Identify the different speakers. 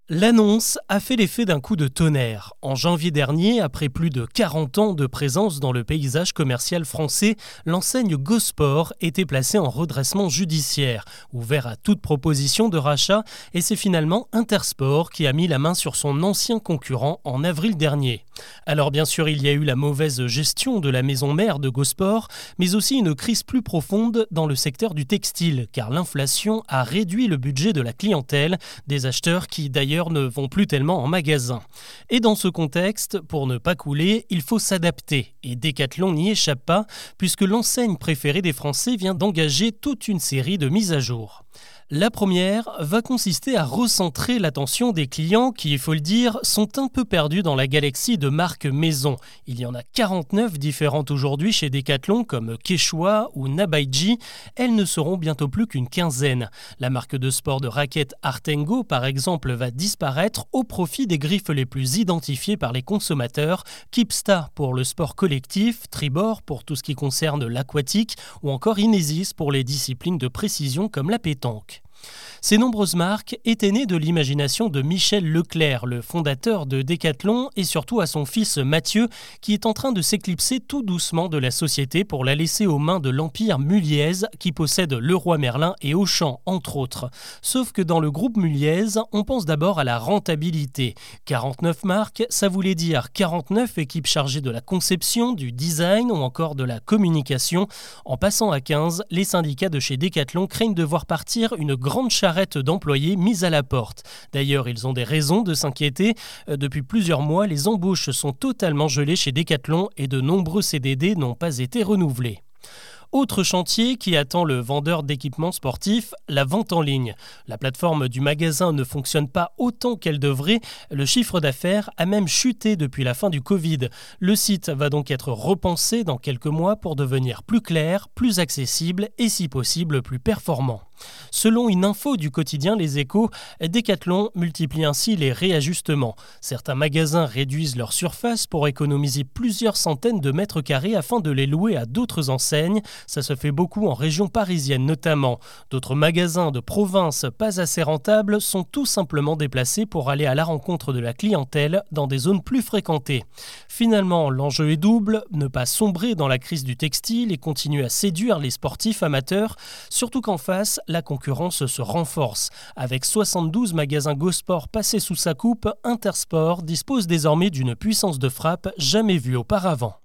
Speaker 1: L'annonce a fait l'effet d'un coup de tonnerre. En janvier dernier, après plus de 40 ans de présence dans le paysage commercial français, l'enseigne Go-Sport était placée en redressement judiciaire, ouvert à toute proposition de rachat, et c'est finalement Intersport qui a mis la main sur son ancien concurrent en avril dernier. Alors bien sûr, il y a eu la mauvaise gestion de la maison mère de Go-Sport, mais aussi une crise plus profonde dans le secteur du textile, car l'inflation a réduit le budget de la clientèle, des acheteurs qui d'ailleurs ne vont plus tellement en magasin. Et dans ce contexte, pour ne pas couler, il faut s'adapter. Et Decathlon n'y échappe pas, puisque l'enseigne préférée des Français vient d'engager toute une série de mises à jour. La première va consister à recentrer l'attention des clients qui, il faut le dire, sont un peu perdus dans la galaxie de marques maison. Il y en a 49 différentes aujourd'hui chez Decathlon comme Quechua ou Nabaiji. Elles ne seront bientôt plus qu'une quinzaine. La marque de sport de raquettes Artengo, par exemple, va disparaître au profit des griffes les plus identifiées par les consommateurs. Kipsta pour le sport collectif, Tribord pour tout ce qui concerne l'aquatique ou encore Inesis pour les disciplines de précision comme la pétanque. Ces nombreuses marques étaient nées de l'imagination de Michel Leclerc, le fondateur de Decathlon, et surtout à son fils Mathieu, qui est en train de s'éclipser tout doucement de la société pour la laisser aux mains de l'empire Muliez, qui possède Leroy Merlin et Auchan, entre autres. Sauf que dans le groupe Muliez, on pense d'abord à la rentabilité. 49 marques, ça voulait dire 49 équipes chargées de la conception, du design ou encore de la communication. En passant à 15, les syndicats de chez Decathlon craignent de voir partir une grande charrette d'employés mise à la porte. D'ailleurs, ils ont des raisons de s'inquiéter. Depuis plusieurs mois, les embauches sont totalement gelées chez Decathlon et de nombreux CDD n'ont pas été renouvelés. Autre chantier qui attend le vendeur d'équipements sportifs, la vente en ligne. La plateforme du magasin ne fonctionne pas autant qu'elle devrait. Le chiffre d'affaires a même chuté depuis la fin du Covid. Le site va donc être repensé dans quelques mois pour devenir plus clair, plus accessible et si possible plus performant. Selon une info du quotidien Les Échos, Decathlon multiplie ainsi les réajustements. Certains magasins réduisent leur surface pour économiser plusieurs centaines de mètres carrés afin de les louer à d'autres enseignes. Ça se fait beaucoup en région parisienne notamment. D'autres magasins de province pas assez rentables sont tout simplement déplacés pour aller à la rencontre de la clientèle dans des zones plus fréquentées. Finalement, l'enjeu est double, ne pas sombrer dans la crise du textile et continuer à séduire les sportifs amateurs, surtout qu'en face, la concurrence se renforce. Avec 72 magasins Go-Sport passés sous sa coupe, Intersport dispose désormais d'une puissance de frappe jamais vue auparavant.